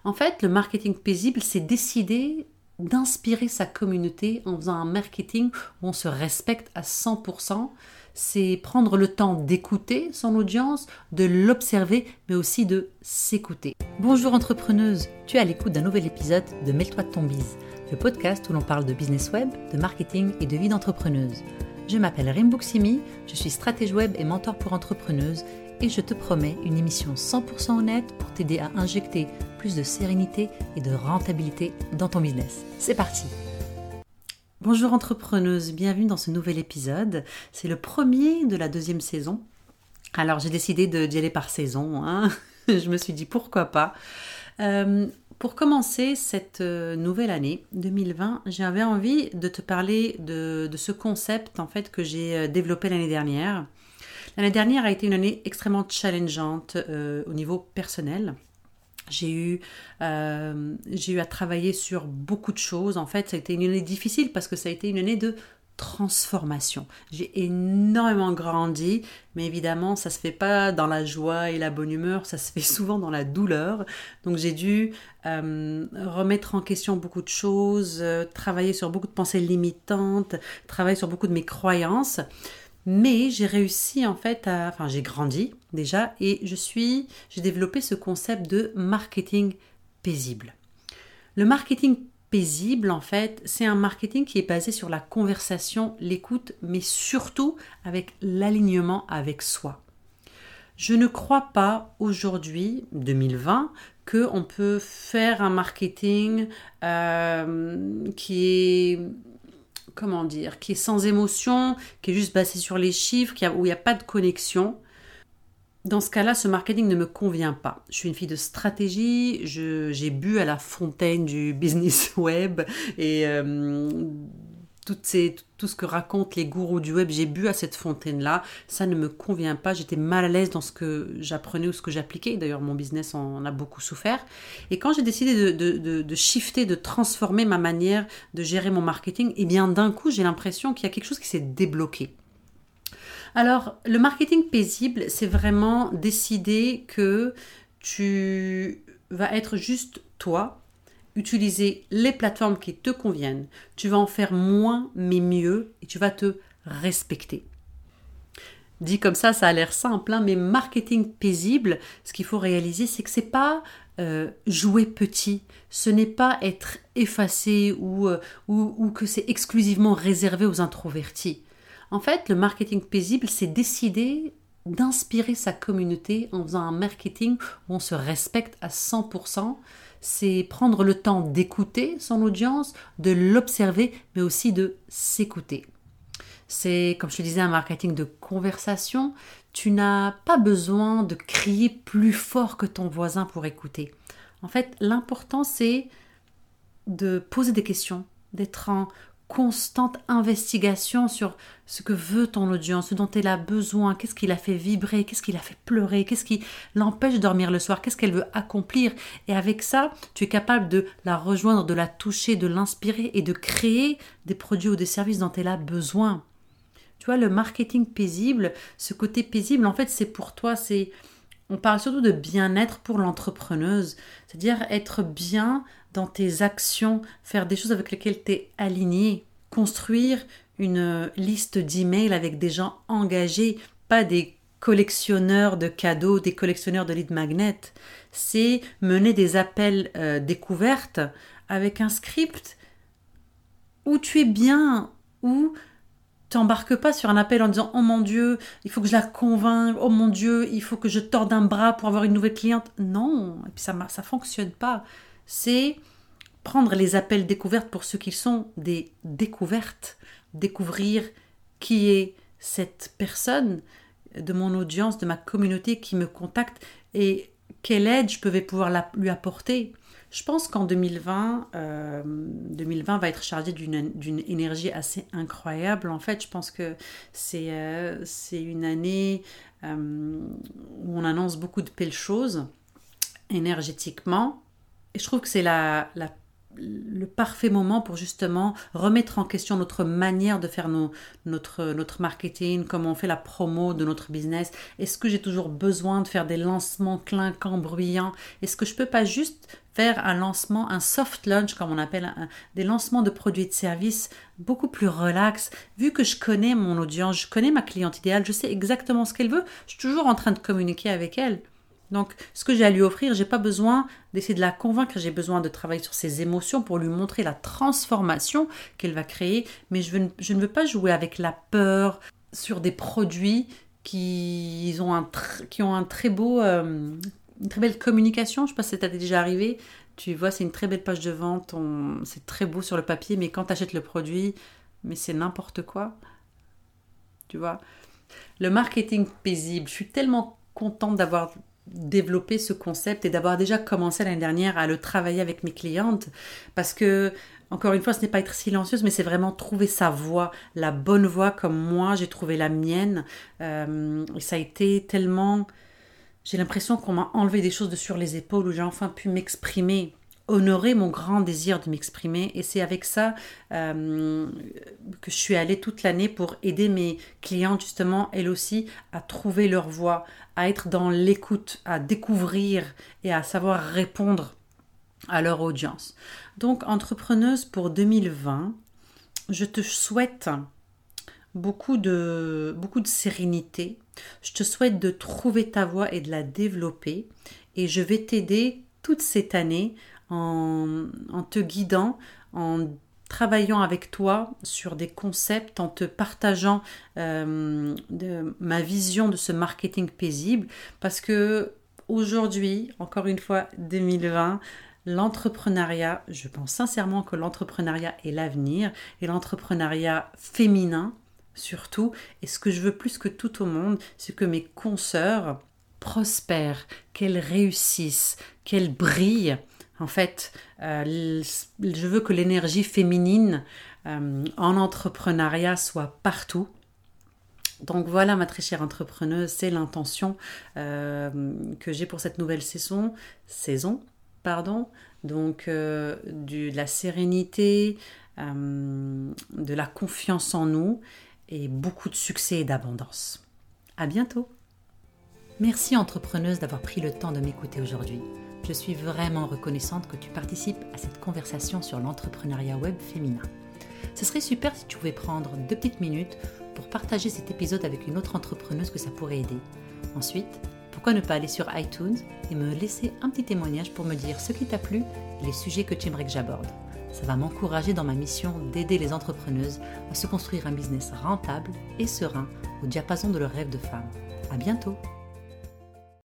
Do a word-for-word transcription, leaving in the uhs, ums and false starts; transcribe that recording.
En fait, le marketing paisible, c'est décider d'inspirer sa communauté en faisant un marketing où on se respecte à cent pour cent. C'est prendre le temps d'écouter son audience, de l'observer, mais aussi de s'écouter. Bonjour entrepreneuse, tu es à l'écoute d'un nouvel épisode de Mêle-toi de ton bise, le podcast où l'on parle de business web, de marketing et de vie d'entrepreneuse. Je m'appelle Rim Bouksimi, je suis stratège web et mentor pour entrepreneuses et je te promets une émission cent pour cent honnête pour t'aider à injecter plus de sérénité et de rentabilité dans ton business. C'est parti! Bonjour entrepreneuse, bienvenue dans ce nouvel épisode. C'est le premier de la deuxième saison. Alors j'ai décidé de, d'y aller par saison. Hein. Je me suis dit pourquoi pas. Euh, pour commencer cette nouvelle année deux mille vingt, j'avais envie de te parler de, de ce concept en fait que j'ai développé l'année dernière. L'année dernière a été une année extrêmement challengeante euh, au niveau personnel. J'ai eu, euh, j'ai eu à travailler sur beaucoup de choses. En fait, ça a été une année difficile parce que ça a été une année de transformation. J'ai énormément grandi, mais évidemment, ça se fait pas dans la joie et la bonne humeur, ça se fait souvent dans la douleur. Donc, j'ai dû euh, remettre en question beaucoup de choses, euh, travailler sur beaucoup de pensées limitantes, travailler sur beaucoup de mes croyances. Mais j'ai réussi en fait à... Enfin, j'ai grandi déjà et je suis... J'ai développé ce concept de marketing paisible. Le marketing paisible, en fait, c'est un marketing qui est basé sur la conversation, l'écoute, mais surtout avec l'alignement avec soi. Je ne crois pas aujourd'hui, deux mille vingt, qu'on peut faire un marketing euh, qui est... comment dire, qui est sans émotion, qui est juste basé sur les chiffres, qui a, où il n'y a pas de connexion. Dans ce cas-là, ce marketing ne me convient pas. Je suis une fille de stratégie, je, j'ai bu à la fontaine du business web et euh, toutes ces, tout ce que racontent les gourous du web, j'ai bu à cette fontaine-là. Ça ne me convient pas, j'étais mal à l'aise dans ce que j'apprenais ou ce que j'appliquais. D'ailleurs, mon business en a beaucoup souffert. Et quand j'ai décidé de, de, de, de shifter, de transformer ma manière de gérer mon marketing, eh bien d'un coup, j'ai l'impression qu'il y a quelque chose qui s'est débloqué. Alors, le marketing paisible, c'est vraiment décider que tu vas être juste toi, utiliser les plateformes qui te conviennent, tu vas en faire moins mais mieux et tu vas te respecter. Dit comme ça, ça a l'air simple, hein, mais marketing paisible, ce qu'il faut réaliser, c'est que c'est pas euh, jouer petit, ce n'est pas être effacé ou, euh, ou, ou que c'est exclusivement réservé aux introvertis. En fait, le marketing paisible, c'est décider d'inspirer sa communauté en faisant un marketing où on se respecte à cent pour cent. C'est prendre le temps d'écouter son audience, de l'observer, mais aussi de s'écouter. C'est, comme je te disais, un marketing de conversation. Tu n'as pas besoin de crier plus fort que ton voisin pour écouter. En fait, l'important, c'est de poser des questions, d'être en constante investigation sur ce que veut ton audience, ce dont elle a besoin, qu'est-ce qui la fait vibrer, qu'est-ce qui la fait pleurer, qu'est-ce qui l'empêche de dormir le soir, qu'est-ce qu'elle veut accomplir. Et avec ça, tu es capable de la rejoindre, de la toucher, de l'inspirer et de créer des produits ou des services dont elle a besoin. Tu vois, le marketing paisible, ce côté paisible, en fait, c'est pour toi, c'est... On parle surtout de bien-être pour l'entrepreneuse, c'est-à-dire être bien dans tes actions, faire des choses avec lesquelles tu es aligné, construire une liste d'emails avec des gens engagés, pas des collectionneurs de cadeaux, des collectionneurs de lead magnets. C'est mener des appels euh, découvertes avec un script où tu es bien, où t'embarques pas sur un appel en disant « Oh mon Dieu, il faut que je la convainque. Oh mon Dieu, il faut que je torde un bras pour avoir une nouvelle cliente. » Non, et puis ça ça fonctionne pas. C'est prendre les appels découvertes pour ce qu'ils sont, des découvertes. Découvrir qui est cette personne de mon audience, de ma communauté qui me contacte et quelle aide je peux pouvoir la, lui apporter. Je pense qu'en deux mille vingt, euh, deux mille vingt va être chargé d'une, d'une énergie assez incroyable. En fait, je pense que c'est, euh, c'est une année euh, où on annonce beaucoup de belles choses énergétiquement. Et je trouve que c'est la, la le parfait moment pour justement remettre en question notre manière de faire nos, notre, notre marketing, comment on fait la promo de notre business. Est-ce que j'ai toujours besoin de faire des lancements clinquants, bruyants? Est-ce que je peux pas juste faire un lancement, un soft launch, comme on appelle, un, des lancements de produits et de services beaucoup plus relax? Vu que je connais mon audience, je connais ma cliente idéale, je sais exactement ce qu'elle veut, je suis toujours en train de communiquer avec elle. Donc, ce que j'ai à lui offrir, j'ai pas besoin d'essayer de la convaincre, j'ai besoin de travailler sur ses émotions pour lui montrer la transformation qu'elle va créer, mais je, veux, je ne veux pas jouer avec la peur sur des produits qui ont un, tr- qui ont un très beau, euh, une très belle communication. Je ne sais pas si ça t'est déjà arrivé, tu vois, c'est une très belle page de vente, on, c'est très beau sur le papier, mais quand tu achètes le produit, mais c'est n'importe quoi, tu vois. Le marketing paisible, je suis tellement contente d'avoir développer ce concept et d'avoir déjà commencé l'année dernière à le travailler avec mes clientes parce que, encore une fois, ce n'est pas être silencieuse, mais c'est vraiment trouver sa voix, la bonne voix comme moi, j'ai trouvé la mienne. Euh, et ça a été tellement... J'ai l'impression qu'on m'a enlevé des choses de sur les épaules où j'ai enfin pu m'exprimer, honorer mon grand désir de m'exprimer. Et c'est avec ça euh, que je suis allée toute l'année pour aider mes clientes justement, elles aussi, à trouver leur voix, à être dans l'écoute, à découvrir et à savoir répondre à leur audience. Donc, entrepreneuse pour deux mille vingt, je te souhaite beaucoup de, beaucoup de sérénité. Je te souhaite de trouver ta voie et de la développer. Et je vais t'aider toute cette année en, en te guidant, en travaillant avec toi sur des concepts, en te partageant euh, de, ma vision de ce marketing paisible. Parce que aujourd'hui, encore une fois, deux mille vingt, l'entrepreneuriat, je pense sincèrement que l'entrepreneuriat est l'avenir et l'entrepreneuriat féminin surtout. Et ce que je veux plus que tout au monde, c'est que mes consoeurs prospèrent, qu'elles réussissent, qu'elles brillent. En fait, euh, je veux que l'énergie féminine euh, en entrepreneuriat soit partout. Donc voilà, ma très chère entrepreneuse, c'est l'intention euh, que j'ai pour cette nouvelle saison. saison pardon. Donc euh, du, de la sérénité, euh, de la confiance en nous et beaucoup de succès et d'abondance. À bientôt. Merci entrepreneuse d'avoir pris le temps de m'écouter aujourd'hui. Je suis vraiment reconnaissante que tu participes à cette conversation sur l'entrepreneuriat web féminin. Ce serait super si tu pouvais prendre deux petites minutes pour partager cet épisode avec une autre entrepreneuse que ça pourrait aider. Ensuite, pourquoi ne pas aller sur iTunes et me laisser un petit témoignage pour me dire ce qui t'a plu et les sujets que tu aimerais que j'aborde. Ça va m'encourager dans ma mission d'aider les entrepreneuses à se construire un business rentable et serein au diapason de leurs rêves de femme. À bientôt!